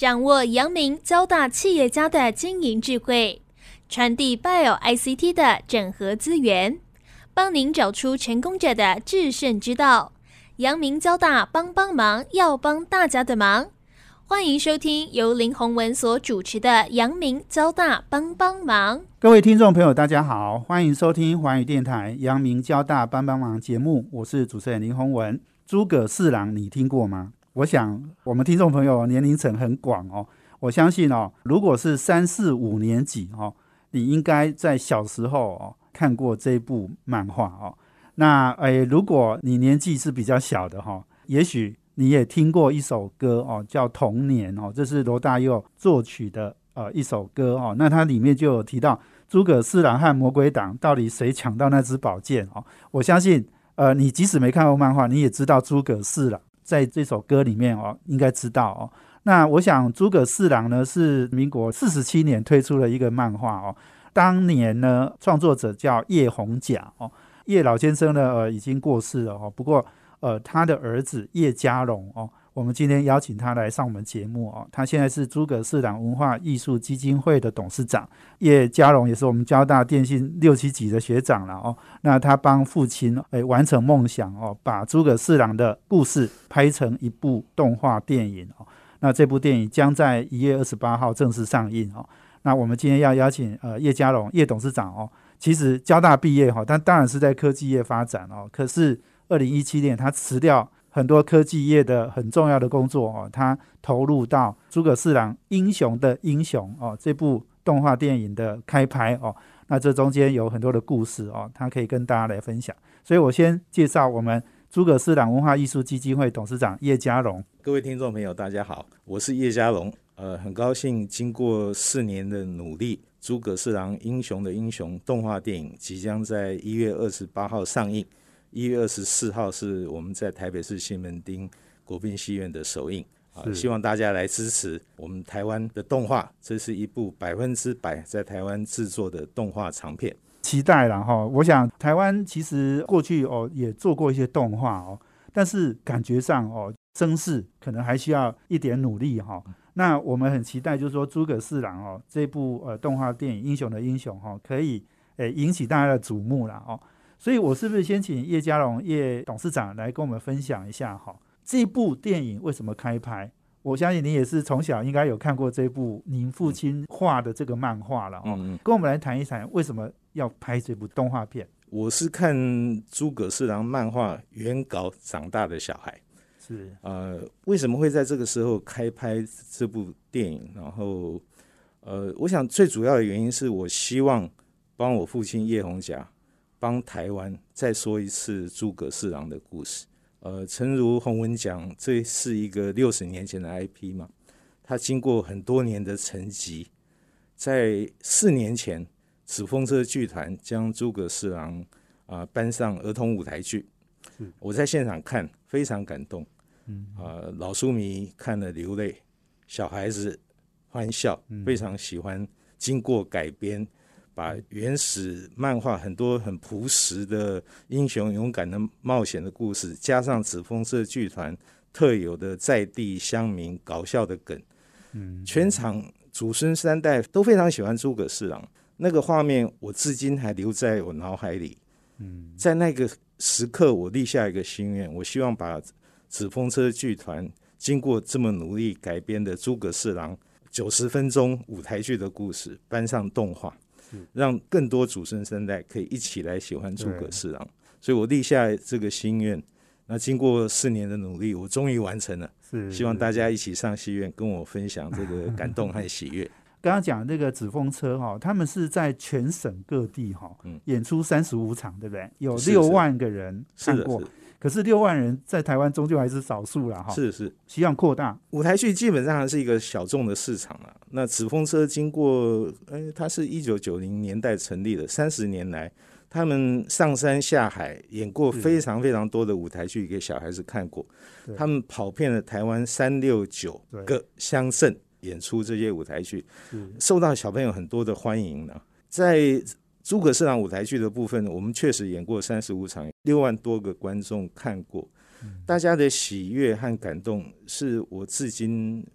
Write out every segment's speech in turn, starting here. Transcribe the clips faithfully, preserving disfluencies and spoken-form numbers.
掌握阳明交大企业家的经营智慧，传递 Bio I C T 的整合资源，帮您找出成功者的制胜之道。阳明交大帮帮忙，要帮大家的忙。欢迎收听由林宏文所主持的阳明交大帮帮忙。 各位听众朋友大家好，欢迎收听环宇电台阳明交大帮帮忙节目，我是主持人林宏文。诸葛四郎你听过吗？我想我们听众朋友年龄层很广哦，我相信哦，如果是三四五年级哦，你应该在小时候哦看过这部漫画哦。那诶，如果你年纪是比较小的哈、哦，也许你也听过一首歌哦，叫《童年》哦，这是罗大佑作曲的呃一首歌哦。那它里面就有提到诸葛四郎和魔鬼党到底谁抢到那支宝剑哦。我相信呃，你即使没看过漫画，你也知道诸葛四郎在这首歌里面哦，应该知道哦。那我想诸葛四郎呢是民国四十七年推出了一个漫画哦，当年呢创作者叫叶宏甲哦，叶老先生呢呃已经过世了哦，不过呃他的儿子叶家龙哦，我们今天邀请他来上我们节目哦，他现在是诸葛四郎文化艺术基金会的董事长。叶家龙也是我们交大电信六七级的学长了哦，那他帮父亲诶完成梦想哦，把诸葛四郎的故事拍成一部动画电影哦。那这部电影将在一月二十八号正式上映哦。那我们今天要邀请呃叶家龙叶董事长哦，其实交大毕业哈、哦，但当然是在科技业发展哦，可是二零一七年他辞掉很多科技业的很重要的工作哦，他投入到诸葛四郎英雄的英雄哦这部动画电影的开拍哦，那这中间有很多的故事哦，他可以跟大家来分享。所以我先介绍我们诸葛四郎文化艺术基金会董事长叶家龙。 各位听众朋友大家好，我是叶家龙，呃，很高兴经过四年的努力，诸葛四郎英雄的英雄动画电影即将在一月二十八号上映，一月二十四号是我们在台北市西门町国宾戏院的首映。啊，希望大家来支持我们台湾的动画，这是一部百分之百在台湾制作的动画长片。 期待啦哈！我想台湾其实过去哦也做过一些动画哦，但是感觉上哦声势可能还需要一点努力哈、哦。那我们很期待，就是说诸葛四郎哦这部呃动画电影《英雄的英雄》哈、哦，可以诶引起大家的瞩目啦哦。所以我是不是先请叶家龙叶董事长来跟我们分享一下哈、哦？这部电影为什么开拍？我相信你也是从小应该有看过这部您父亲画的这个漫画了哦。嗯、跟我们来谈一谈为什么要拍这部动画片。 我是看诸葛四郎漫画原稿长大的小孩， 是呃，为什么会在这个时候开拍这部电影？然后呃，我想最主要的原因是我希望帮我父亲叶宏甲帮台湾再说一次诸葛四郎的故事。呃，诚如宏文讲，这是一个六十年前的 I P 嘛，他经过很多年的沉寂，在四年前，纸风车剧团将诸葛四郎啊、呃、搬上儿童舞台剧，我在现场看，非常感动，嗯啊、呃，老书迷看了流泪，小孩子欢笑，非常喜欢。经过改编，把原始漫画很多很朴实的英雄勇敢的冒险的故事，加上纸风车剧团特有的在地乡民搞笑的梗，嗯，全场祖孙三代都非常喜欢诸葛四郎，那个画面我至今还留在我脑海里。嗯，在那个时刻，我立下一个心愿，我希望把纸风车剧团经过这么努力改编的诸葛四郎九十分钟舞台剧的故事搬上动画，让更多祖孙三代可以一起来喜欢诸葛四郎，所以我立下这个心愿。那经过四年的努力，我终于完成了。希望大家一起上戏院跟我分享这个感动和喜悦。 刚刚讲那个纸风车哈、哦，他们是在全省各地哈、哦嗯、演出三十五场，对不对？有六万个人看过，是是是可是六万人在台湾终究还是少数啦哈。 是是， 希望扩大舞台剧，基本上还是一个小众的市场啦。那纸风车经过，哎，它是一九九零年代成立的，三十年来，他们上山下海演过非常非常多的舞台剧给小孩子看过，他们跑遍了台湾三六九个乡镇演出这些舞台剧，受到小朋友很多的欢迎呢。在诸葛四郎舞台剧的部分，我们确实演过三十五场，六万多个观众看过，大家的喜悦和感动是我至今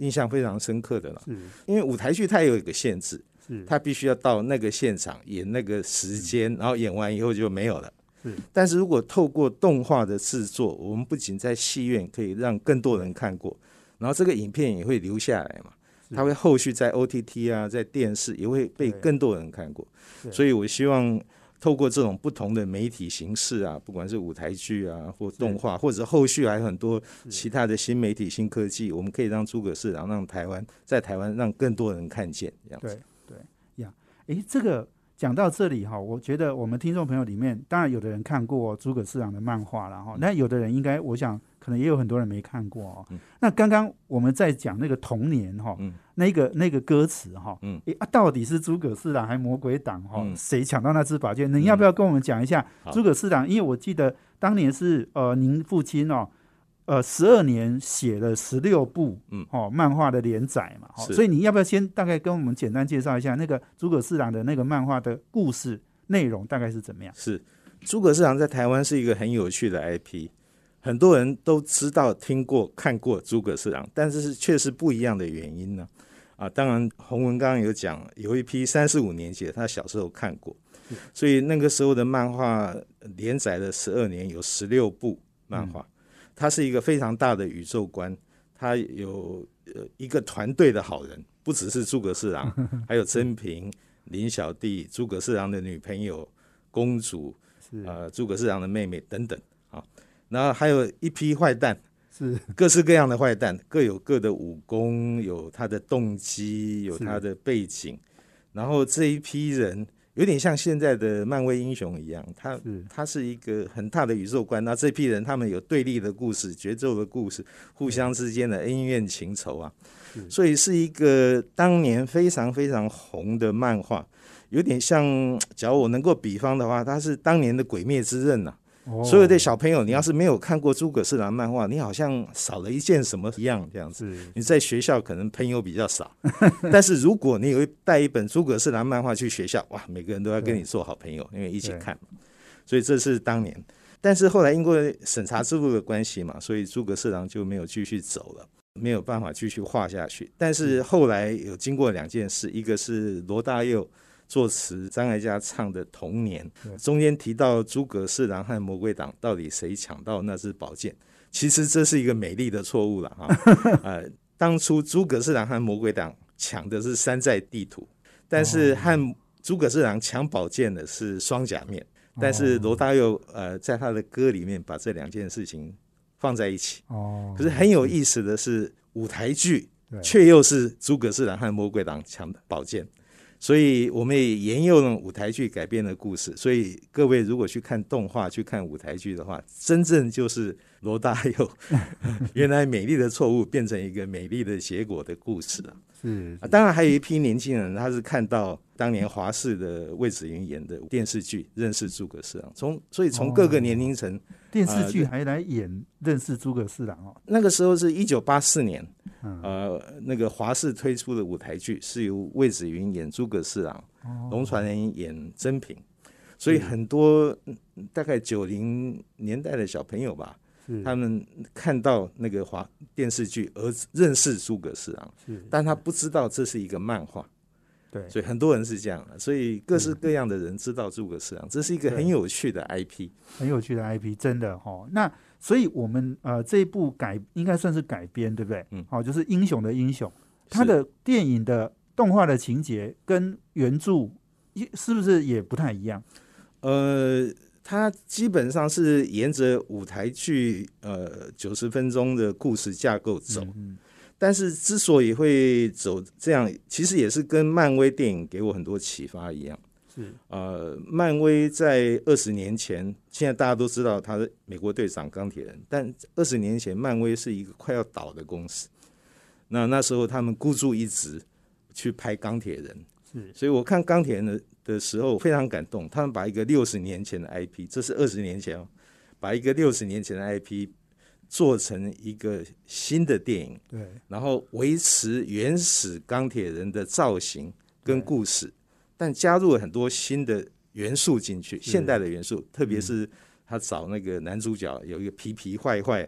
印象非常深刻的了。因为舞台剧它有一个限制，它必须要到那个现场演那个时间，然后演完以后就没有了。是，但是如果透过动画的制作，我们不仅在戏院可以让更多人看过，然后这个影片也会留下来嘛，它会后续在 O T T 啊，在电视也会被更多人看过。所以我希望透过这种不同的媒体形式啊，不管是舞台剧啊，或动画，或者后续还有很多其他的新媒体、新科技，我们可以让诸葛市长，让台湾在台湾让更多人看见，这样子。 对对呀，哎，这个讲到这里哈，我觉得我们听众朋友里面，当然有的人看过诸葛市长的漫画了哈，那有的人应该，我想可能也有很多人没看过哦。嗯、那刚刚我们在讲那个童年哈，嗯、那个那个歌词哈，嗯啊，到底是诸葛市长还魔鬼党哈？谁、嗯、抢到那支宝剑？你要不要跟我们讲一下诸葛市长？因为我记得当年是呃，您父亲哦。呃，十二年写了十六部、嗯哦、漫画的连载嘛、哦，所以你要不要先大概跟我们简单介绍一下那个诸葛市长的那个漫画的故事内容大概是怎么样？ 是诸葛市长在台湾是一个很有趣的 I P， 很多人都知道、听过、看过诸葛市长，但是却是不一样的原因呢。啊，当然洪文刚刚有讲，有一批三十五年级的他小时候看过，所以那个时候的漫画连载了十二年，有十六部漫画。嗯，它是一个非常大的宇宙观，它有、呃、一个团队的好人，不只是诸葛市长，还有真平、林小弟、诸葛市长的女朋友、公主、呃、诸葛市长的妹妹等等啊。然后还有一批坏蛋，是各式各样的坏蛋，各有各的武功，有他的动机，有他的背景。然后这一批人有点像现在的漫威英雄一样，他是他是一个很大的宇宙观。那这批人他们有对立的故事、决斗的故事，互相之间的恩怨情仇啊，所以是一个当年非常非常红的漫画。有点像，假如我能够比方的话，它是当年的《鬼灭之刃》啊。哦、所有的小朋友，你要是没有看过诸葛市长漫画，你好像少了一件什么一样这样子。你在学校可能朋友比较少，但是如果你有带一本诸葛市长漫画去学校，哇，每个人都要跟你做好朋友，因为一起看嘛。所以这是当年，但是后来因为审查制度的关系嘛，所以诸葛市长就没有继续走了，没有办法继续画下去。但是后来有经过两件事，一个是罗大佑作词，张艾嘉唱的《童年》，中间提到诸葛市长和魔鬼党到底谁抢到那支宝剑，其实这是一个美丽的错误了哈。呃，当初诸葛市长和魔鬼党抢的是山寨地图，但是和诸葛市长抢宝剑的是双甲面，但是罗大佑呃在他的歌里面把这两件事情放在一起。哦，可是很有意思的是，舞台剧却又是诸葛市长和魔鬼党抢宝剑。所以我们也沿用舞台剧改编的故事，所以各位如果去看动画、去看舞台剧的话，真正就是罗大佑原来美丽的错误变成一个美丽的结果的故事了。是、啊，当然还有一批年轻人，他是看到当年华视的魏子云演的电视剧认识诸葛市长，从所以从各个年龄层、哦、 电视剧还来演认识诸葛市长哦。 那个时候是一九八四年，嗯、呃，那个华视推出的舞台剧是由魏子云演诸葛市长，龙传人演真平，所以很多大概九零年代的小朋友吧。他们看到那个华电视剧而认识诸葛市长，但他不知道这是一个漫画，对，所以很多人是这样的，所以各式各样的人知道诸葛市长，这是一个很有趣的 I P， 很有趣的 I P， 真的哈、哦。那所以我们呃这一部改应该算是改编，对不对？嗯，好、哦，就是英雄的英雄，他的电影的动画的情节跟原著是不是也不太一样？ 呃。它基本上是沿着舞台剧呃九十分钟的故事架构走，嗯嗯，但是之所以会走这样，其实也是跟漫威电影给我很多启发一样。是呃，漫威在二十年前，现在大家都知道他是美国队长钢铁人，但二十年前漫威是一个快要倒的公司。那那时候他们孤注一掷去拍钢铁人，是，所以我看钢铁人的。的时候非常感动，他们把一个六十年前的 I P， 这是二十年前哦，把一个六十年前的 I P 做成一个新的电影，对，然后维持原始钢铁人的造型跟故事，但加入了很多新的元素进去，现代的元素，特别是他找那个男主角有一个皮皮坏坏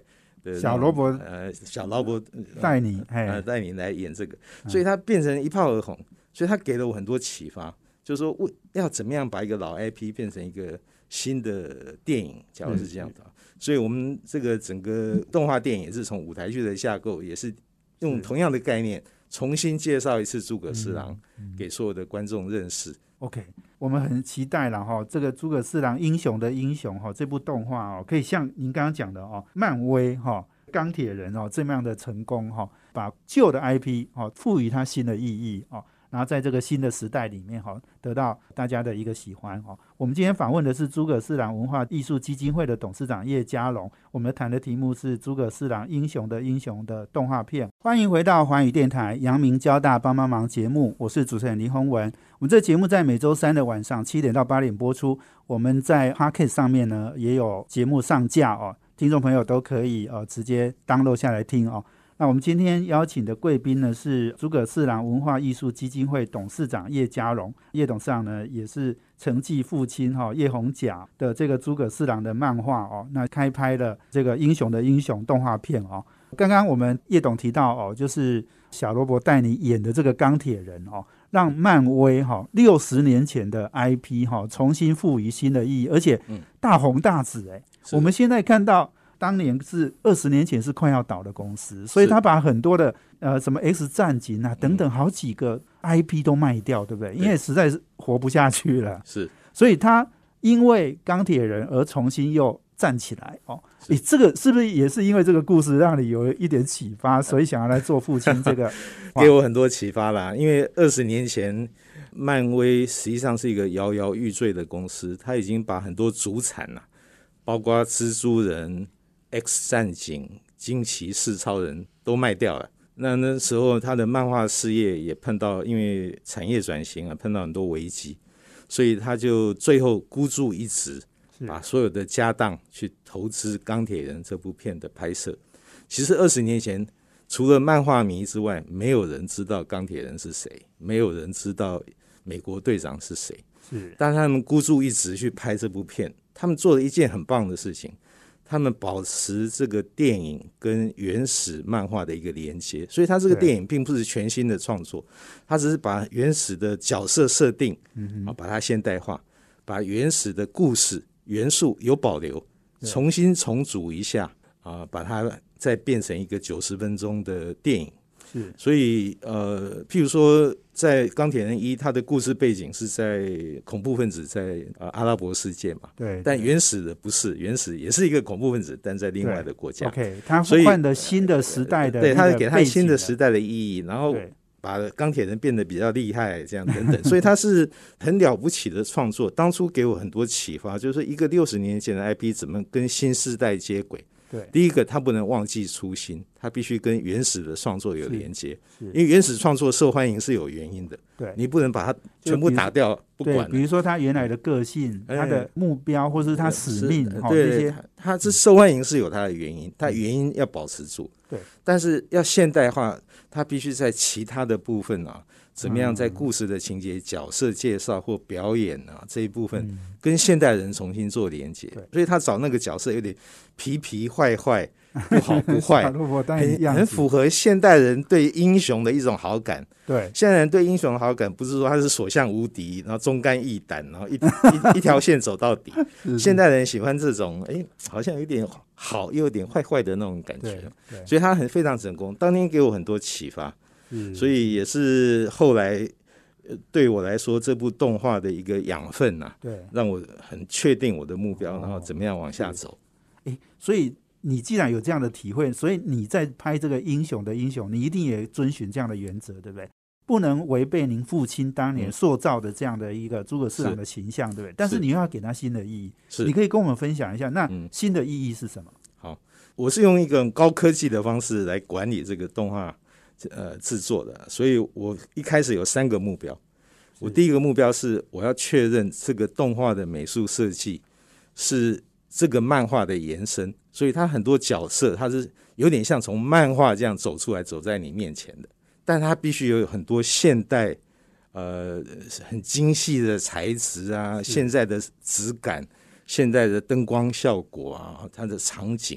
的小萝卜呃小萝卜带你呃带你来演这个，所以他变成一炮而红，所以他给了我很多启发，就是说我要怎么样把一个老 I P 变成一个新的电影，假如是这样的，所以我们这个整个动画电影也是从舞台剧的架构，也是用同样的概念重新介绍一次诸葛四郎给所有的观众认识。 OK， 我们很期待了哈，这个诸葛四郎英雄的英雄哈，这部动画哦，可以像您刚刚讲的哦，漫威哈、钢铁人哦这么样的成功哈，把旧的 I P 哦赋予它新的意义哦，然后在这个新的时代里面哈，得到大家的一个喜欢哦。我们今天访问的是诸葛四郎文化艺术基金会的董事长叶家龙，我们谈的题目是诸葛四郎英雄的英雄的动画片。欢迎回到环宇电台阳明交大帮帮忙节目，我是主持人林宏文。我们这节目在每周三的晚上七点到八点播出，我们在 Podcast 上面呢也有节目上架哦，听众朋友都可以呃直接 download 下来听哦。那我们今天邀请的贵宾呢是诸葛四郎文化艺术基金会董事长叶家龙，叶董事长呢也是承继父亲哈、哦、叶宏甲的这个诸葛四郎的漫画哦，那开拍了这个英雄的英雄动画片哦。刚刚我们叶董提到哦，就是小萝卜带你演的这个钢铁人哦，让漫威哈六十年前的 I P 哈、哦、重新赋予新的意义，而且大红大紫哎、嗯。我们现在看到当年是二十年前是快要倒的公司，所以他把很多的呃什么 X 战警啊等等好几个 I P 都卖掉，对不对？因为实在是活不下去了， 是， 所以他因为钢铁人而重新又站起来哦。你这个是不是也是因为这个故事让你有一点启发，所以想要来做父亲这个？ 给我很多启发啦，因为二十年前漫威实际上是一个摇摇欲坠的公司，他已经把很多主产啊，包括蜘蛛人、X 战警、惊奇四超人都卖掉了。那那时候他的漫画事业也碰到，因为产业转型啊，碰到很多危机，所以他就最后孤注一掷，把所有的家当去投资《钢铁人》这部片的拍摄。其实二十年前，除了漫画迷之外，没有人知道钢铁人是谁，没有人知道美国队长是谁。 是， 但他们孤注一掷去拍这部片，他们做了一件很棒的事情，他们保持这个电影跟原始漫画的一个连接。所以他这个电影并不是全新的创作，他只是把原始的角色设定、嗯、把它现代化，把原始的故事元素有保留，重新重组一下啊，把它再变成一个九十分钟的电影。 是， 所以呃，譬如说在钢铁人一，它的故事背景是在恐怖分子在、呃、阿拉伯世界嘛， 对， 但原始的不是，原始也是一个恐怖分子，但在另外的国家。 OK， 他换了新的时代的， 对，他给他新的时代的意义，然后把钢铁人变得比较厉害，这样等等，所以他是很了不起的创作。当初给我很多启发，就是一个六十年前的 I P 怎么跟新世代接轨。 对， 第一个，他不能忘记初心，他必须跟原始的创作有连接，因为原始创作受欢迎是有原因的。 对， 你不能把它全部打掉，不管了。 比如说他原来的个性、哎、他的目标，或是他使命， 对、哦、这些，他这受欢迎是有他的原因，他原因要保持住。 对， 但是要现代化，他必须在其他的部分啊，怎么样在故事的情节、角色介绍或表演啊这一部分，跟现代人重新做连接。所以他找那个角色有点皮皮坏坏。不好不坏，很, 很符合现代人对英雄的一种好感。 对， 现代人对英雄的好感不是说他是所向无敌，然后忠肝义胆，然后 一, 一, 一条线走到底。现代人喜欢这种，哎，好像有点好又有点坏坏的那种感觉。所以他很非常成功，当年给我很多启发。所以也是后来对我来说这部动画的一个养分啊，对，让我很确定我的目标，然后怎么样往下走。 哎，所以。你既然有这样的体会，所以你在拍这个英雄的英雄，你一定也遵循这样的原则，对不对？不能违背您父亲当年塑造的这样的一个诸葛四郎的形象，对不对？但是你又要给他新的意义，你可以跟我们分享一下，那新的意义是什么？ 嗯、好，我是用一个高科技的方式来管理这个动画呃制作的，所以我一开始有三个目标。我第一个目标是我要确认这个动画的美术设计是这个漫画的延伸，所以它很多角色它是有点像从漫画这样走出来，走在你面前的，但它必须有很多现代呃很精细的材质啊，现在的质感，现在的灯光效果啊，它的场景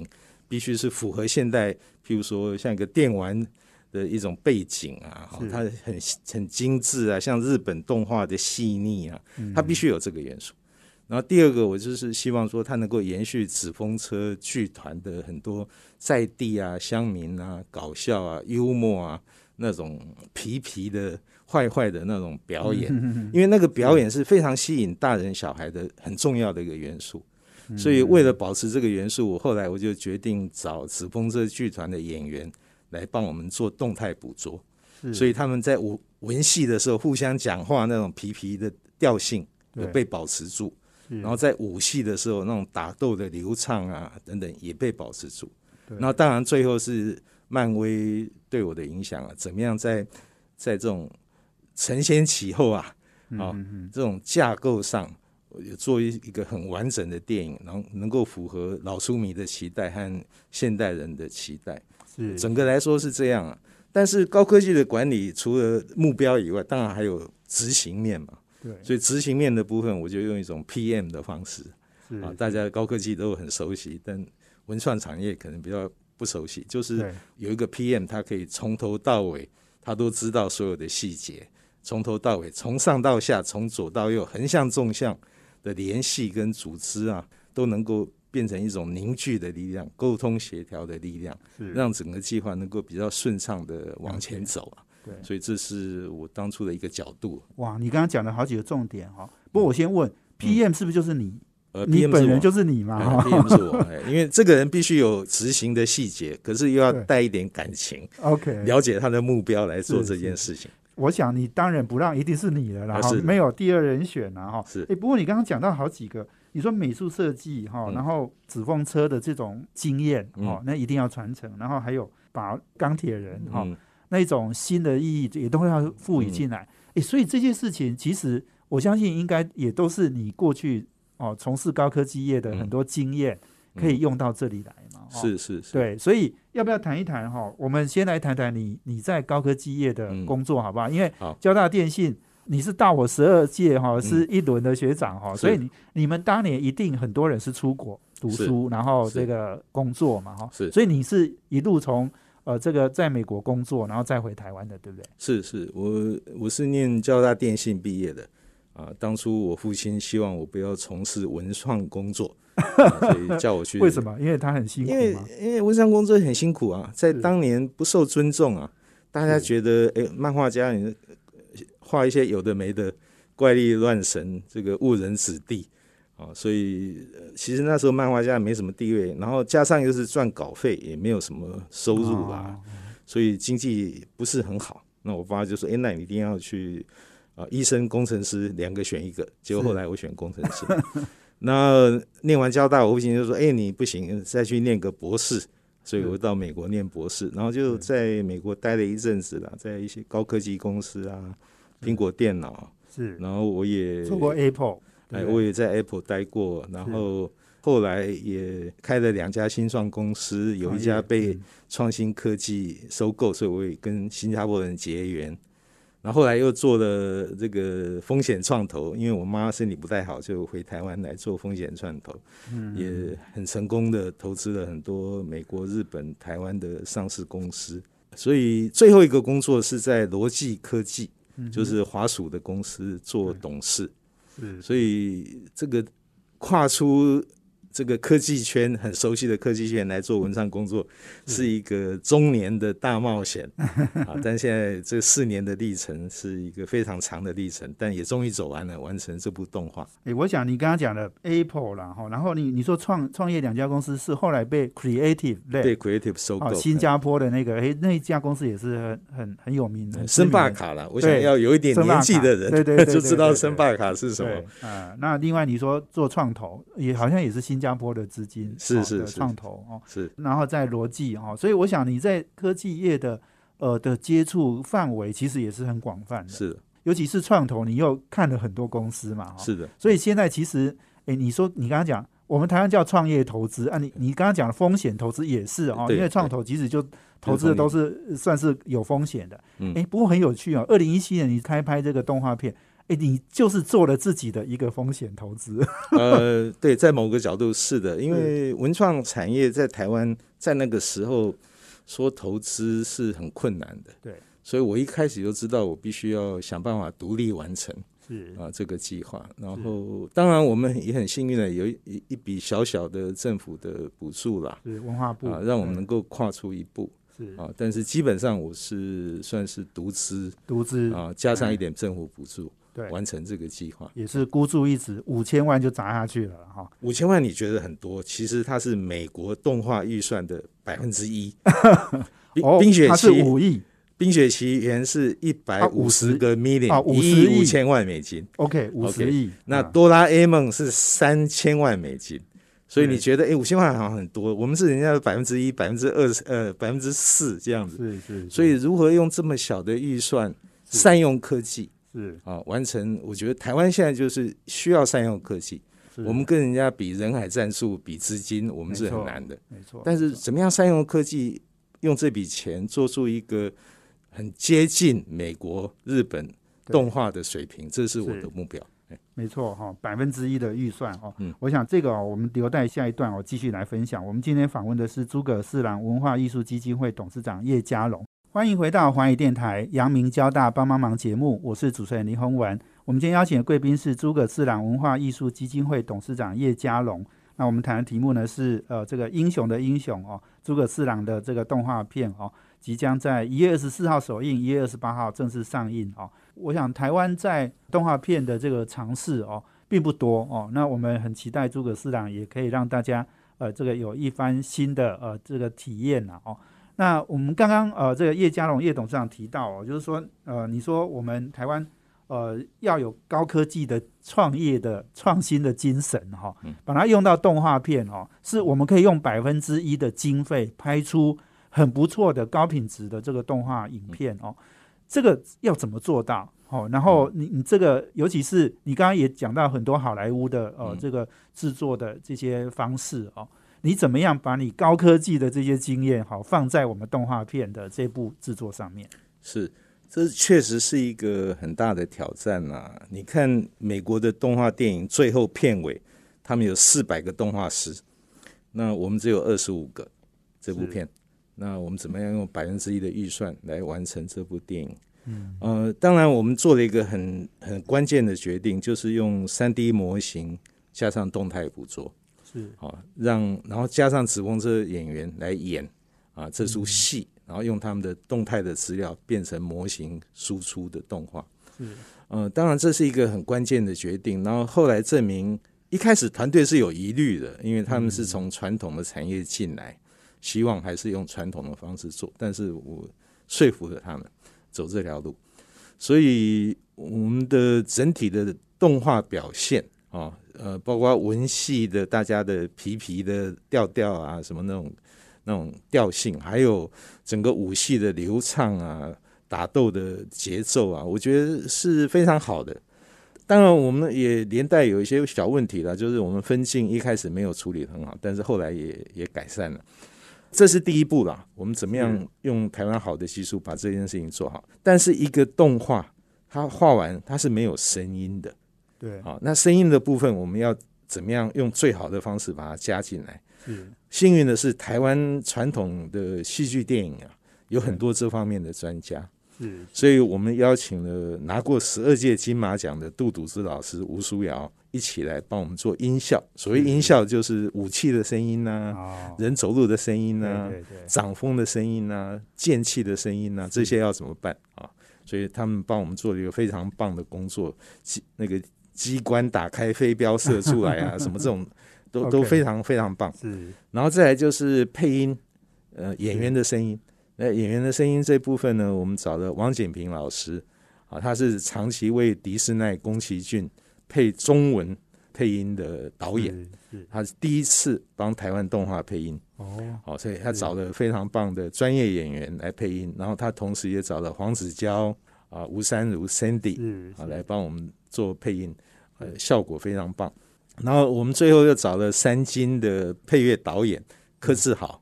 必须是符合现代，譬如说像一个电玩的一种背景啊，它很很精致啊，像日本动画的细腻啊，它必须有这个元素。然后第二个，我就是希望说它能够延续纸风车剧团的很多在地啊、乡民啊、搞笑啊、幽默啊那种皮皮的、坏坏的那种表演，因为那个表演是非常吸引大人小孩的很重要的一个元素。所以为了保持这个元素，我后来我就决定找纸风车剧团的演员来帮我们做动态捕捉，所以他们在文戏的时候互相讲话那种皮皮的调性有被保持住。然后在武戏的时候那种打斗的流畅啊等等也被保持住。然后当然最后是漫威对我的影响啊，怎么样在在这种承先启后啊、哦嗯嗯、这种架构上做一个很完整的电影，然后能够符合老书迷的期待和现代人的期待，是整个来说是这样啊。但是高科技的管理除了目标以外，当然还有执行面嘛。所以执行面的部分我就用一种 P M 的方式啊，大家高科技都很熟悉，但文创产业可能比较不熟悉，就是有一个 P M 他可以从头到尾他都知道所有的细节，从头到尾从上到下从左到右横向纵向的联系跟组织啊都能够变成一种凝聚的力量，沟通协调的力量，让整个计划能够比较顺畅的往前走啊。对，所以这是我当初的一个角度。 哇，你刚刚讲了好几个重点哈。不过我先问、嗯、P M 是不是就是你？ 呃， 你本人就是你吗、 哎、？P M 是我、哎，因为这个人必须有执行的细节，可是又要带一点感情 ，OK， 了解他的目标来做这件事情。 我想你当仁不让一定是你了，然后没有第二人选了哈。是，哎，不过你刚刚讲到好几个，你说美术设计哈、嗯，然后纸风车的这种经验哈、嗯，那一定要传承，然后还有把钢铁人哈。嗯那一种新的意义也都会要赋予进来、嗯、所以这些事情其实我相信应该也都是你过去哦从事高科技业的很多经验可以用到这里来嘛、嗯哦、 是是是， 对，所以要不要谈一谈哈、哦？我们先来谈谈你你在高科技业的工作好不好？因为交大电信你是大我十二届哈，是一轮的学长哈、嗯，所以你你们当年一定很多人是出国读书，然后这个工作嘛哈，所以你是一路从呃，这个在美国工作，然后再回台湾的，对不对？ 是是，我我是念交大电信毕业的啊。当初我父亲希望我不要从事文创工作，啊、所以叫我去。 为什么？因为他很辛苦吗？ 因为因为文创工作很辛苦啊，在当年不受尊重啊，大家觉得哎，漫画家你画一些有的没的怪力乱神，这个误人子弟。啊，所以其实那时候漫画家没什么地位，然后加上又是赚稿费，也没有什么收入啦、哦，所以经济不是很好。那我爸就说：“哎、欸，那你一定要去啊、呃，医生、工程师两个选一个。”结果后来我选工程师。那念完交大，我父亲就说：“哎、欸，你不行，再去念个博士。”所以我到美国念博士，然后就在美国待了一阵子啦，在一些高科技公司啊，苹果电脑是，然后我也做过 Apple。 哎，我也在 Apple 待过，然后后来也开了两家新创公司，有一家被创新科技收购，所以我也跟新加坡人结缘。然后后来又做了这个风险创投，因为我妈身体不太好，就回台湾来做风险创投，嗯、也很成功的投资了很多美国、日本、台湾的上市公司。所以最后一个工作是在罗技科技，嗯、就是华属的公司做董事。所以这个跨出这个科技圈很熟悉的科技圈来做文创工作，是一个中年的大冒险啊！但现在这四年的历程是一个非常长的历程，但也终于走完了，完成这部动画。 欸、我想你刚刚讲的 Apple 啦，然后你你说创创业两家公司是后来被 Creative 被 Creative 收购、哦， 新加坡的那个，欸、那一家公司也是很很很有名的， 森巴卡啦。我想要有一点年纪的人，对对对，就知道森巴卡是什么。 啊，那另外你说做创投，也好像也是新加坡的资金。 是是是创投哦， 是， 然后在逻辑哦，所以我想你在科技业的呃的接触范围其实也是很广泛的， 是的， 尤其是创投，你又看了很多公司嘛， 是的， 所以现在其实，哎，你说你刚刚讲，我们台湾叫创业投资啊，你你刚刚讲的风险投资也是哦，因为创投其实就投资的都是算是有风险的，哎，不过很有趣哦，二零一七年你开拍这个动画片。 哎，你就是做了自己的一个风险投资。 呃，对，在某个角度是的，因为文创产业在台湾在那个时候说投资是很困难的， 对， 所以我一开始就知道我必须要想办法独立完成。 是啊，这个计划，然后当然我们也很幸运的有 一, 一笔小小的政府的补助啦， 是文化部啊，让我们能够跨出一步。 是啊，但是基本上我是算是独资， 独资啊，加上一点政府补助， 对， 完成这个计划， 也是孤注一掷，五千万就砸下去了哈。 五千万你觉得很多，其实它是美国动画预算的百分之一。 哦， 冰雪奇它是五亿。 冰雪奇缘是一百五十个 million， 啊， 一亿五千万美金。 OK， 五十亿。 那哆啦 A 梦是三千万美金，所以你觉得哎，五千万好像很多，我们是人家的百分之一、百分之二、呃，百分之四这样子。 是是。 所以如何用这么小的预算善用科技， 是啊，完成？我觉得台湾现在就是需要善用科技。我们跟人家比人海战术、比资金，我们是很难的。 没错。 但是怎么样善用科技，用这笔钱做出一个很接近美国、日本动画的水平，这是我的目标。 没错哈，百分之一的预算哦、 嗯， 我想这个、哦、我们留待下一段我、哦、继续来分享。我们今天访问的是诸葛四郎文化艺术基金会董事长叶家龙。欢迎回到环宇电台阳明交大帮帮忙节目，我是主持人林宏文。我们今天邀请的贵宾是诸葛四郎文化艺术基金会董事长叶家龙。那我们谈的题目呢是呃这个英雄的英雄哦，诸葛四郎的这个动画片哦，即将在一月二十四号首映，一月二十八号正式上映哦。我想台湾在动画片的这个尝试哦并不多哦，那我们很期待诸葛四郎也可以让大家呃这个有一番新的呃这个体验啊哦。那我们刚刚呃这个叶家龙叶董事长提到哦，就是说呃你说我们台湾呃要有高科技的创业的创新的精神哈、哦，把它用到动画片哦，是我们可以用百分之一的经费拍出很不错的高品质的这个动画影片哦，这个要怎么做到？哦，然后你你这个，尤其是你刚刚也讲到很多好莱坞的呃这个制作的这些方式哦，你怎么样把你高科技的这些经验好放在我们动画片的这部制作上面？ 是，这确实是一个很大的挑战啊！你看美国的动画电影最后片尾，他们有四百个动画师，那我们只有二十五个这部片。那我们怎么样用百分之一的预算来完成这部电影？嗯，呃，当然我们做了一个很很关键的决定，就是用 三 D 模型加上动态捕捉， 是啊，让然后加上纸风车演员来演啊这出戏，嗯，然后用他们的动态的资料变成模型输出的动画。 是， 呃，当然这是一个很关键的决定。然后后来证明，一开始团队是有疑虑的，因为他们是从传统的产业进来。希望还是用传统的方式做，但是我说服了他们走这条路，所以我们的整体的动画表现啊，呃，包括文戏的大家的皮皮的调调啊，什么那种那种调性，还有整个武戏的流畅啊，打斗的节奏啊，我觉得是非常好的。当然我们也连带有一些小问题了，就是我们分镜一开始没有处理很好，但是后来也也改善了。这是第一步啦，我们怎么样用台湾好的技术把这件事情做好？但是一个动画，它画完它是没有声音的， 对， 好，那声音的部分我们要怎么样用最好的方式把它加进来？幸运的是，台湾传统的戏剧电影啊，有很多这方面的专家，所以我们邀请了拿过十二届金马奖的杜笃之老师吴书瑶一起来帮我们做音效。所谓音效就是武器的声音啊，哦，人走路的声音啊，对对对，掌风的声音啊，剑气的声音啊，这些要怎么办啊？所以他们帮我们做了一个非常棒的工作，那个机关打开飞镖射出来啊，什么这种都都非常非常棒。是，然后再来就是配音，呃，演员的声音。那演员的声音这部分呢，我们找了王简平老师啊，他是长期为迪士尼宫崎骏配中文配音的导演，他是第一次帮台湾动画配音哦，好，所以他找了非常棒的专业演员来配音，然后他同时也找了黄子佼啊、吴珊如 Sandy 啊来帮我们做配音，呃，效果非常棒。然后我们最后又找了三金的配乐导演柯志豪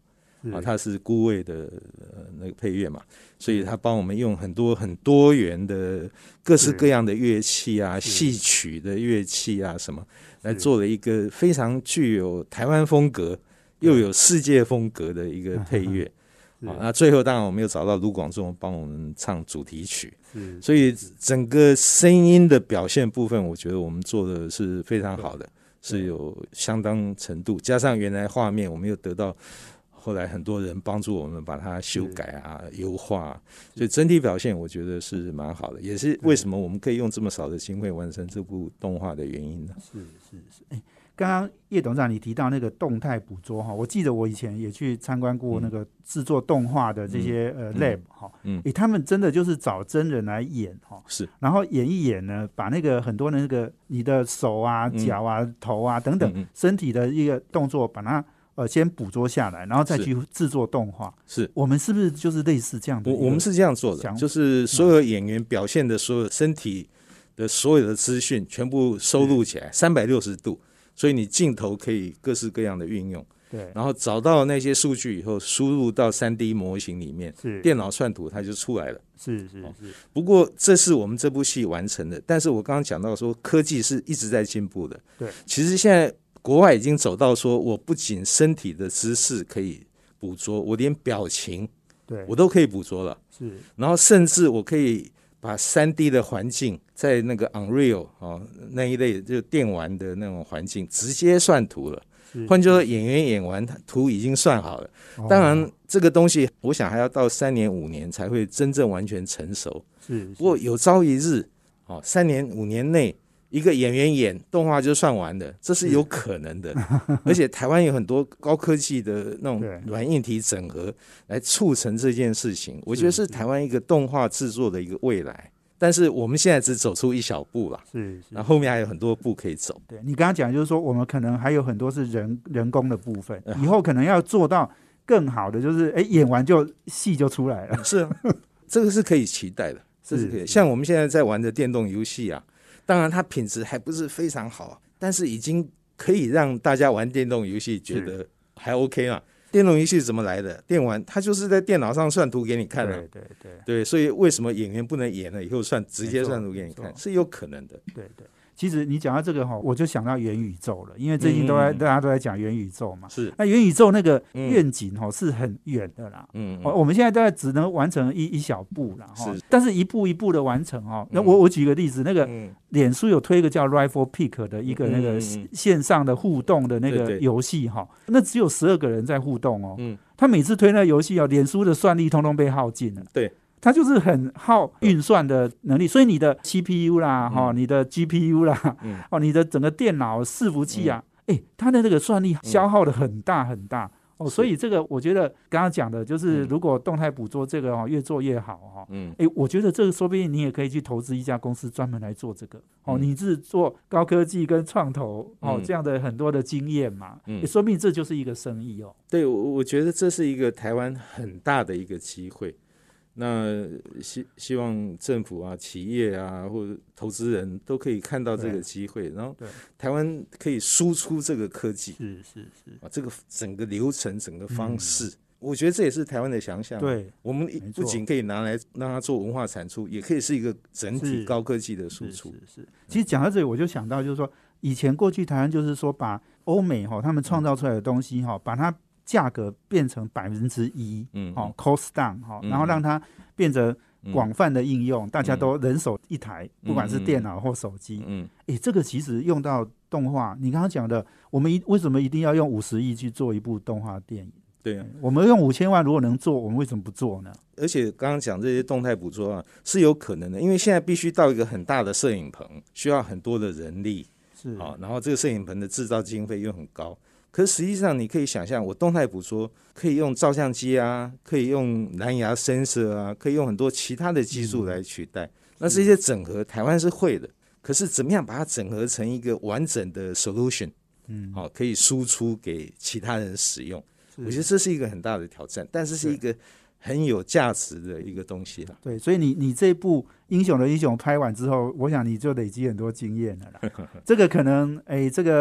啊，他是孤味的、呃、那个配乐嘛，所以他帮我们用很多很多元的各式各样的乐器啊，戏曲的乐器啊什么，来做了一个非常具有台湾风格又有世界风格的一个配乐。啊，那最后当然我们又找到卢广仲帮我们唱主题曲，所以整个声音的表现部分，我觉得我们做的是非常好的，是有相当程度，加上原来画面我们又得到后来很多人帮助我们把它修改啊优化啊，所以整体表现我觉得是蛮好的，也是为什么我们可以用这么少的经费完成这部动画的原因呢？ 是是是，哎，刚刚叶董事长你提到那个动态捕捉哈，我记得我以前也去参观过那个制作动画的这些、嗯、呃 lab 哈、嗯，哎，他们真的就是找真人来演哈， 是， 然后演一演呢，把那个很多的那个你的手啊、脚啊、嗯、头啊等等、嗯、身体的一个动作，把它呃先捕捉下来，然后再去制作动画。 是，我们是不是就是类似这样的？ 我我们是这样做的，就是所有演员表现的所有身体的所有的资讯全部收录起来，三百六十度。所以你镜头可以各式各样的运用， 对， 然后找到那些数据以后，输入到 三 D 模型里面， 是电脑算图它就出来了。 是是是、哦。 不过这是我们这部戏完成的，但是我刚刚讲到说，科技是一直在进步的。 对， 其实现在国外已经走到说，我不仅身体的姿势可以捕捉，我连表情， 对， 我都可以捕捉了。 是， 然后甚至我可以把 三 D 的环境在那个 Unreal、哦、那一类就电玩的那种环境直接算图了，换句话说演员演完图已经算好了、哦、当然这个东西我想还要到三年五年才会真正完全成熟， 是，是， 不过有朝一日、哦、三年五年内一个演员演动画就算完的，这是有可能的而且台湾有很多高科技的那种软硬体整合来促成这件事情，我觉得是台湾一个动画制作的一个未来，但是我们现在只走出一小步啦， 是，是， 然后后面还有很多步可以走。 对，你刚刚讲就是说我们可能还有很多是人人工的部分、嗯、以后可能要做到更好的，就是哎演完就戏就出来了。 是啊，这个是可以期待的，这是可以。是是，像我们现在在玩的电动游戏啊，当然它品质还不是非常好，但是已经可以让大家玩电动游戏觉得还 OK 嘛。电动游戏怎么来的？电玩它就是在电脑上算图给你看了、啊， 对对对对，所以为什么演员不能演了以后算直接算图给你看，是有可能的。 对对，其实你讲到这个哈，我就想到元宇宙了，因为最近都在、嗯、大家都在讲元宇宙嘛。 是， 那元宇宙那个愿景哈、嗯、是很远的啦。 嗯， 我们现在大概只能完成一一小步啦哈，但是一步一步的完成哈。那我我举个例子，那个脸书有推一个叫 Rifle Pick 的一个那个线上的互动的那个游戏哈，那只有十二个人在互动哦。嗯，他每次推那个游戏哦，脸书的算力通通被耗尽了。 对。 它就是很耗运算的能力，所以你的 C P U 啦，哈、嗯，你的 G P U 啦，嗯，哦，你的整个电脑伺服器啊，哎、嗯，它的那个算力消耗的很大很大、嗯、哦，所以这个我觉得刚刚讲的就是，如果动态捕捉这个哦越做越好哈，嗯，哎，我觉得这个说不定你也可以去投资一家公司专门来做这个哦，你是做高科技跟创投哦、嗯、这样的很多的经验嘛，嗯，说不定这就是一个生意哦。 对，我我觉得这是一个台湾很大的一个机会。那希希望政府啊、企业啊或者投资人都可以看到这个机会，然后台湾可以输出这个科技， 是是是啊，这个整个流程、整个方式、嗯，我觉得这也是台湾的强项。 对， 我们不仅可以拿来让它做文化产出，也可以是一个整体高科技的输出。 是是是是。其实讲到这里，我就想到就是说，以前过去台湾就是说把欧美哈他们创造出来的东西哈，把它价格变成百分之一，嗯，哦 ，cost down 哈、嗯，然后让它变成广泛的应用、嗯，大家都人手一台，嗯、不管是电脑或手机，嗯，哎，这个其实用到动画，你刚刚讲的，我们为什么一定要用五十亿去做一部动画电影？ 对啊， 我们用五千万如果能做，我们为什么不做呢？ 而且刚刚讲这些动态捕捉啊，是有可能的，因为现在必须到一个很大的摄影棚，需要很多的人力， 是啊， 然后这个摄影棚的制造经费又很高。可是实际上你可以想象，我动态捕捉可以用照相机啊，可以用蓝牙 sensor 啊，可以用很多其他的技术来取代、嗯、那这些整合台湾是会的，可是怎么样把它整合成一个完整的 solution， 嗯，好、哦，可以输出给其他人使用，我觉得这是一个很大的挑战，但是是一个很有价值的一个东西啦。 对，所以你你这部英雄的英雄拍完之后，我想你就累积很多经验了啦这个可能哎，这个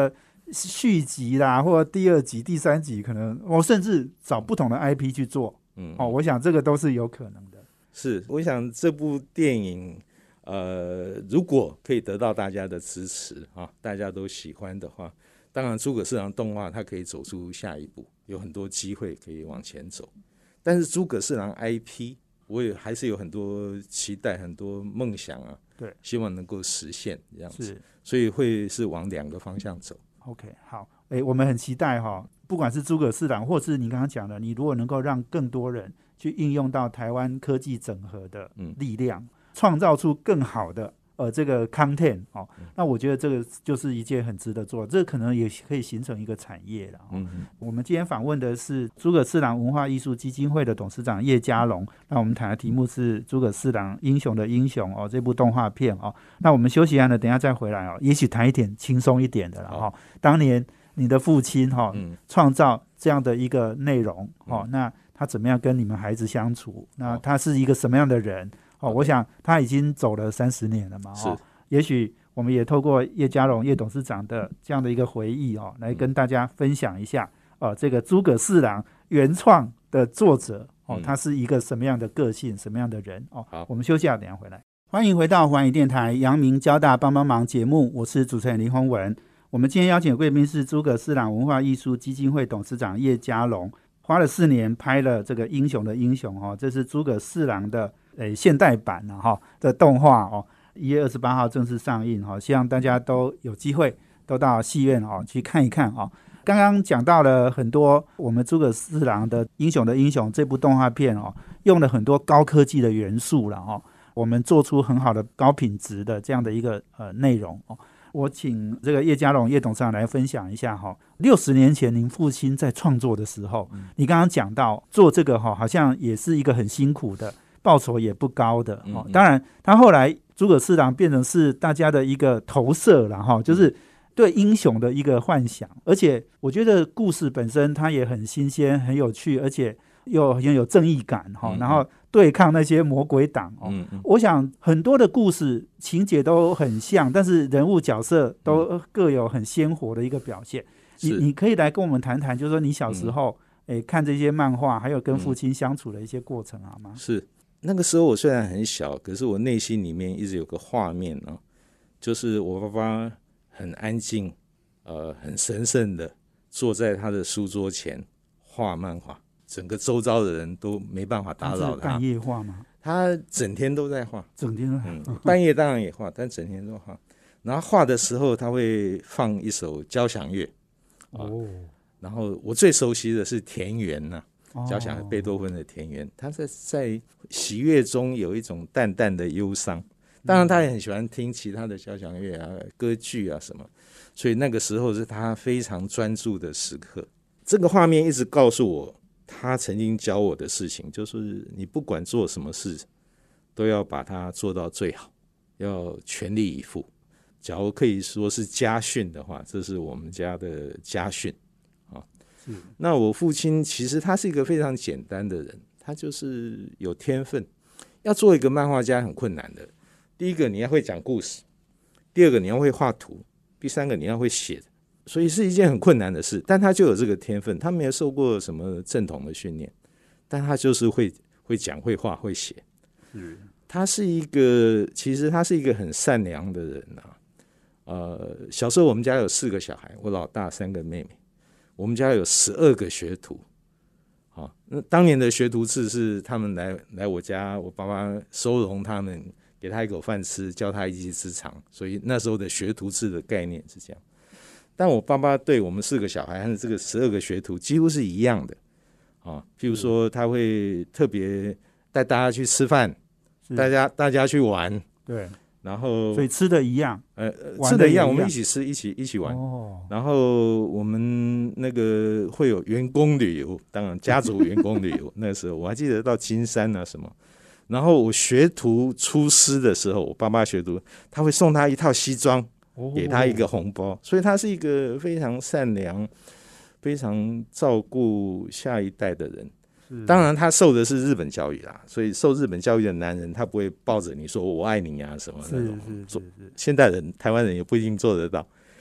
续集啦，或者第二集、第三集，可能我甚至找不同的 I P 去做。嗯，哦，我想这个都是有可能的。 是，我想这部电影，呃，如果可以得到大家的支持啊，大家都喜欢的话，当然诸葛四郎动画它可以走出下一步，有很多机会可以往前走。但是诸葛四郎 I P， 我也还是有很多期待，很多梦想啊， 对， 希望能够实现这样子，所以会是往两个方向走。 OK， 好，哎，我们很期待哈，不管是诸葛四郎，或是你刚刚讲的，你如果能够让更多人去应用到台湾科技整合的力量，嗯、创造出更好的呃这个 content 哦，嗯、那我觉得这个就是一件很值得做，这可能也可以形成一个产业了。哦嗯、我们今天访问的是诸葛四郎文化艺术基金会的董事长叶家龙，那我们谈的题目是诸葛四郎英雄的英雄哦，这部动画片哦。那我们休息完了，等一下再回来哦，也许谈一点轻松一点的了哈、哦。当年你的父亲哈、哦嗯、创造这样的一个内容哦，嗯、那他怎么样跟你们孩子相处？那他是一个什么样的人？哦，我想他已经走了三十年了嘛，哦，也许我们也透过叶家龙叶董事长的这样的一个回忆哦，来跟大家分享一下哦、呃，这个诸葛四郎原创的作者哦，他是一个什么样的个性，什么样的人哦？好，我们休息下，等一下回来。欢迎回到环宇电台阳明交大帮帮忙节目，我是主持人林宏文。我们今天邀请的贵宾是诸葛四郎文化艺术基金会董事长叶家龙。花了四年拍了这个英雄的英雄哦，这是诸葛四郎的诶现代版啊哈的动画哦，一月二十八号正式上映哈，希望大家都有机会都到戏院哦去看一看哦。刚刚讲到了很多我们诸葛四郎的英雄的英雄这部动画片哦，用了很多高科技的元素了哦，我们做出很好的高品质的这样的一个呃内容哦。我请这个叶家龙叶董事长来分享一下哈，六十年前您父亲在创作的时候，嗯、你刚刚讲到做这个哈，好像也是一个很辛苦的，报酬也不高的哈。嗯嗯当然，他后来诸葛四郎变成是大家的一个投射了哈，就是对英雄的一个幻想，而且我觉得故事本身它也很新鲜、很有趣，而且又很有正义感哈，嗯嗯然后对抗那些魔鬼党哦。嗯嗯我想很多的故事情节都很像，但是人物角色都各有很鲜活的一个表现。你你可以来跟我们谈谈，就是说你小时候、嗯、看这些漫画，还有跟父亲相处的一些过程好吗？ 是，那个时候我虽然很小，可是我内心里面一直有个画面呢、哦，就是我爸爸很安静，呃，很神圣的坐在他的书桌前画漫画。整个周遭的人都没办法打扰他。 半夜画吗？ 他整天都在画， 整天都在、 嗯、半夜当然也画，但整天都画。然后画的时候，他会放一首交响乐。哦。然后我最熟悉的是田园呐、啊，交响乐贝多芬的田园。他在在喜悦中有一种淡淡的忧伤。当然，他也很喜欢听其他的交响乐啊、歌剧啊什么。所以那个时候是他非常专注的时刻。这个画面一直告诉我。他曾经教我的事情就是你不管做什么事都要把它做到最好，要全力以赴。假如可以说是家训的话，这是我们家的家训、啊、那我父亲其实他是一个非常简单的人，他就是有天分。要做一个漫画家很困难的，第一个你要会讲故事，第二个你要会画图，第三个你要会写，所以是一件很困难的事，但他就有这个天分。他没有受过什么正统的训练，但他就是会会讲、会画、会写。嗯，他是一个，其实他是一个很善良的人啊。呃，小时候我们家有四个小孩，我老大三个妹妹，我们家有十二个学徒。好、啊，那当年的学徒制是他们来来我家，我爸爸收容他们，给他一口饭吃，教他一技之长，所以那时候的学徒制的概念是这样。但我爸爸对我们四个小孩和这个十二个学徒几乎是一样的啊，譬如说他会特别带大家去吃饭，大家大家去玩， 对， 然后所以吃的一样， 呃，吃的一样，我们一起吃，一起一起玩。哦，然后我们那个会有员工旅游，当然家族员工旅游，那时候我还记得到金山啊什么。然后我学徒出师的时候，我爸爸学徒，他会送他一套西装。给他一个红包，所以他是一个非常善良、非常照顾下一代的人。当然，他受的是日本教育啦，所以受日本教育的男人，他不会抱着你说“我爱你”啊什么那种。是是是是，现代人、台湾人也不一定做得到。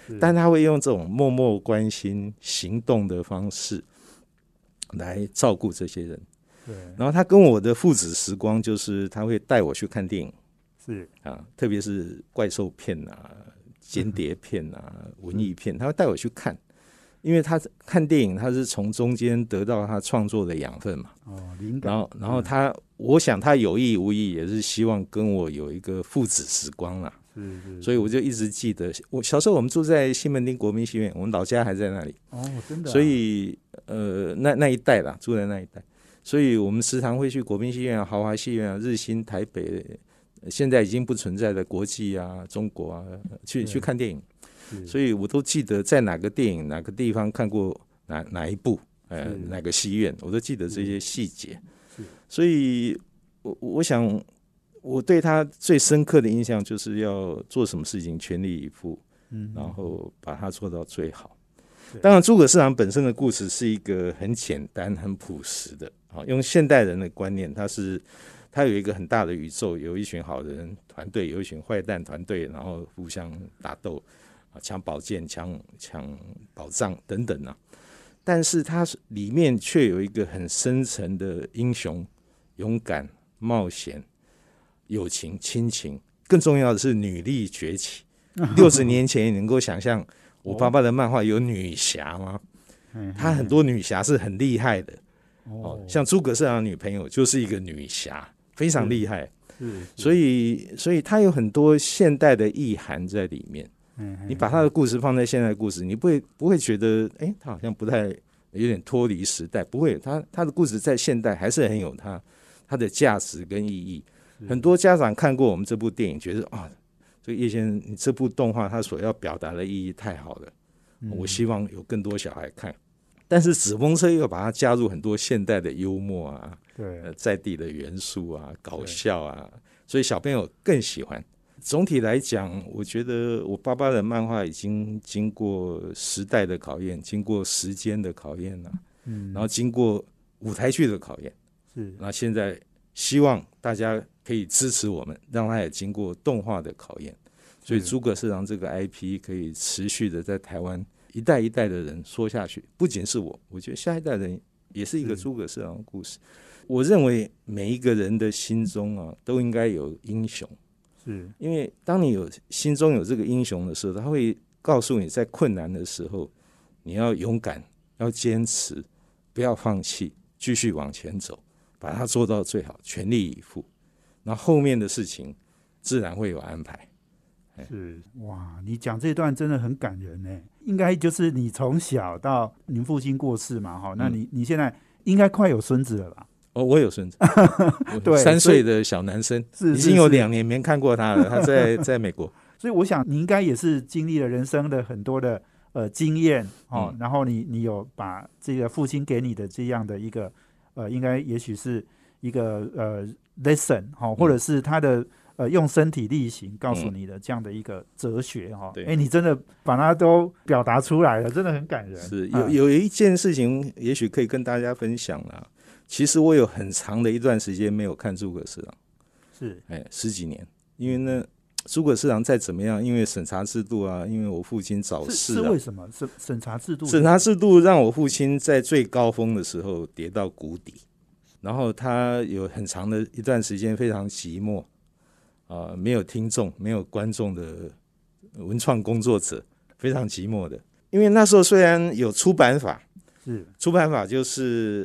但他会用这种默默关心、行动的方式来照顾这些人。 对， 然后他跟我的父子时光，就是他会带我去看电影， 是啊，特别是怪兽片啊、间谍片啊、文艺片，他会带我去看，因为他看电影，他是从中间得到他创作的养分嘛。 哦，灵感。 然后，然后他，嗯、我想他有意无意也是希望跟我有一个父子时光啦。 是是， 所以我就一直记得，我小时候我们住在西门町国民戏院，我们老家还在那里。 哦，真的、啊。 所以呃，那那一带啦，住在那一带，所以我们时常会去国民戏院啊、豪华戏院啊、日新、台北，现在已经不存在的国际啊、中国啊，去去看电影。所以我都记得在哪个电影、哪个地方看过哪哪一部，呃，哪个戏院，我都记得这些细节。所以我我想。我对他最深刻的印象就是要做什么事情全力以赴，嗯，然后把它做到最好。当然，诸葛四郎本身的故事是一个很简单、很朴实的啊，用现代人的观念，他是他有一个很大的宇宙，有一群好人团队，有一群坏蛋团队，然后互相打斗啊，抢宝剑、抢抢宝藏等等啊。但是它里面却有一个很深层的英雄、勇敢、冒险。友情、亲情，更重要的是女力崛起。六十年前，你能够想象我爸爸的漫画有女侠吗？他很多女侠是很厉害的，哦，像诸葛四郎的女朋友就是一个女侠，非常厉害。所以，所以他有很多现代的意涵在里面。你把他的故事放在现代的故事，你不会不会觉得，哎、欸，他好像不太有点脱离时代。不会，他他的故事在现代还是很有他他的价值跟意义。很多家长看过我们这部电影，觉得啊，这个叶先生，你这部动画他所要表达的意义太好了，嗯、我希望有更多小孩看。但是纸风车又把它加入很多现代的幽默啊，对、呃，在地的元素啊，搞笑啊，所以小朋友更喜欢。总体来讲，我觉得我爸爸的漫画已经经过时代的考验，经过时间的考验了、啊，嗯，然后经过舞台剧的考验，是，那现在希望大家可以支持我们，让它也经过动画的考验，所以诸葛四郎这个 I P 可以持续的在台湾一代一代的人说下去。不仅是我，我觉得下一代人也是一个诸葛四郎的故事。我认为每一个人的心中啊，都应该有英雄，是因为当你有心中有这个英雄的时候，他会告诉你，在困难的时候，你要勇敢，要坚持，不要放弃，继续往前走，把它做到最好，全力以赴。那后面的事情自然会有安排。 是哇，你讲这段真的很感人呢。应该就是你从小到您父亲过世嘛，哈，那你你现在应该快有孙子了吧？ 哦，我有孙子，对，三岁的小男生，已经有两年没看过他了，他在在美国。 所以我想你应该也是经历了人生的很多的呃经验哦、嗯，然后你你有把这个父亲给你的这样的一个呃，应该也许是一个呃 lesson 哈、哦，或者是他的呃用身体力行告诉你的这样的一个哲学哈。哎、嗯，你真的把它都表达出来了，真的很感人。 是有有一件事情，也许可以跟大家分享啦。其实我有很长的一段时间没有看诸葛四郎，是哎十几年，因为呢，诸葛四郎再怎么样，因为审查制度啊，因为我父亲早逝、啊、 是, 是为什么？审审查制度？ 审查制度让我父亲在最高峰的时候跌到谷底，然后他有很长的一段时间非常寂寞啊、呃，没有听众，没有观众的文创工作者，非常寂寞的。因为那时候虽然有出版法。是出版法就是，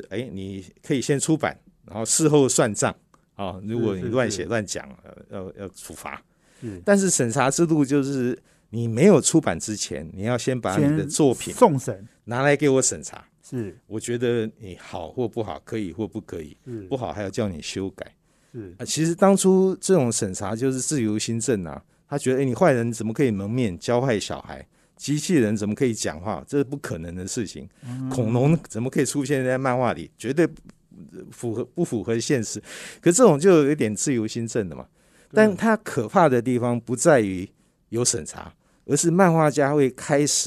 哎，你可以先出版，然后事后算账啊。如果你乱写乱讲，要要处罚。是，但是审查制度就是你没有出版之前，你要先把你的作品送审拿来给我审查。 是， 我觉得你好或不好，可以或不可以，不好还要叫你修改。是啊，其实当初这种审查就是自由新政啊，他觉得，哎，你坏人怎么可以蒙面教坏小孩？机器人怎么可以讲话？这是不可能的事情。嗯、恐龙怎么可以出现在漫画里？绝对符合不符合现实？可这种就有一点自由新政的嘛。但它可怕的地方不在于有审查，而是漫画家会开始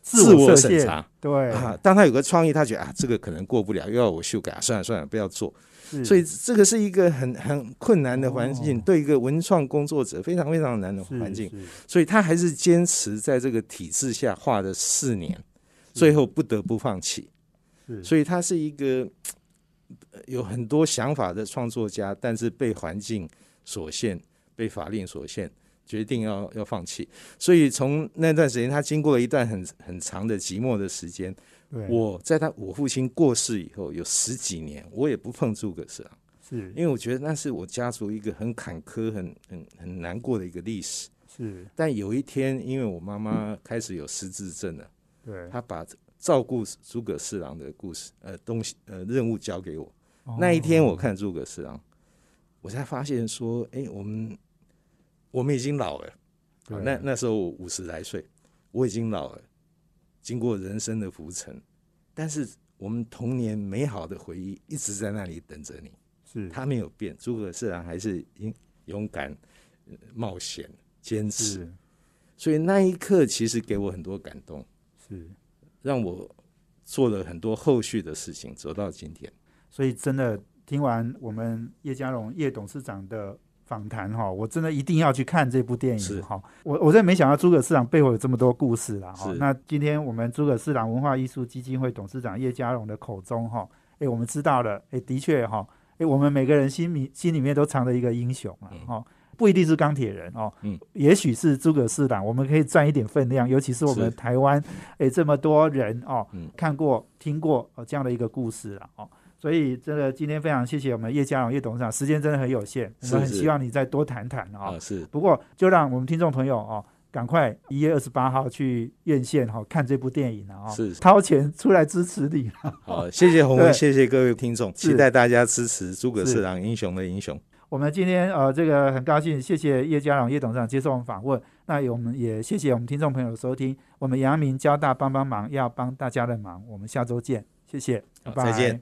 自我审查。 对啊，当他有个创意，他觉得啊这个可能过不了，又要我修改，啊、算了算了，不要做。所以这个是一个很很困难的环境，哦、对一个文创工作者非常非常难的环境。所以他还是坚持在这个体制下画了四年，最后不得不放弃。所以他是一个有很多想法的创作家，但是被环境所限，被法令所限，决定要要放弃。所以从那段时间，他经过了一段很很长的寂寞的时间。我在他我父亲过世以后有十几年，我也不碰诸葛四郎，是因为我觉得那是我家族一个很坎坷、很很很难过的一个历史。是，但有一天，因为我妈妈开始有失智症了，对，她把照顾诸葛四郎的故事呃东西呃任务交给我。哦、那一天我看诸葛四郎，我才发现说，哎，我们我们已经老了。那那时候我五十来岁，我已经老了。经过人生的浮沉，但是我们童年美好的回忆一直在那里等着你，是他没有变。诸葛四郎还是勇敢、冒险、坚持，所以那一刻其实给我很多感动，是让我做了很多后续的事情，走到今天。 所以真的听完我们叶家荣叶董事长的访谈哈，我真的一定要去看这部电影哈。我我真的没想到诸葛四郎背后有这么多故事啦哈。那今天我们诸葛四郎文化艺术基金会董事长叶家荣的口中哈，哎，我们知道了，哎，的确哈，哎，我们每个人心里心里面都藏着一个英雄啊哈、嗯，不一定是钢铁人哦，嗯，也许是诸葛四郎，我们可以占一点分量，尤其是我们台湾哎这么多人哦、嗯，看过听过、哦、这样的一个故事了哦。所以真的今天非常谢谢我们叶家荣叶董事长，时间真的很有限，我们很希望你再多谈谈啊、哦。是，不过就让我们听众朋友哦，赶快一月二十八号去院线哈、哦、看这部电影啊、哦，是掏钱出来支持你。 好，谢谢洪文，谢谢各位听众，期待大家支持诸葛四郎英雄的英雄。 我们今天呃这个很高兴，谢谢叶家荣叶董事长接受我们访问。那我们也谢谢我们听众朋友的收听，我们阳明交大帮帮忙要帮大家的忙，我们下周见，谢谢，拜拜， 再见。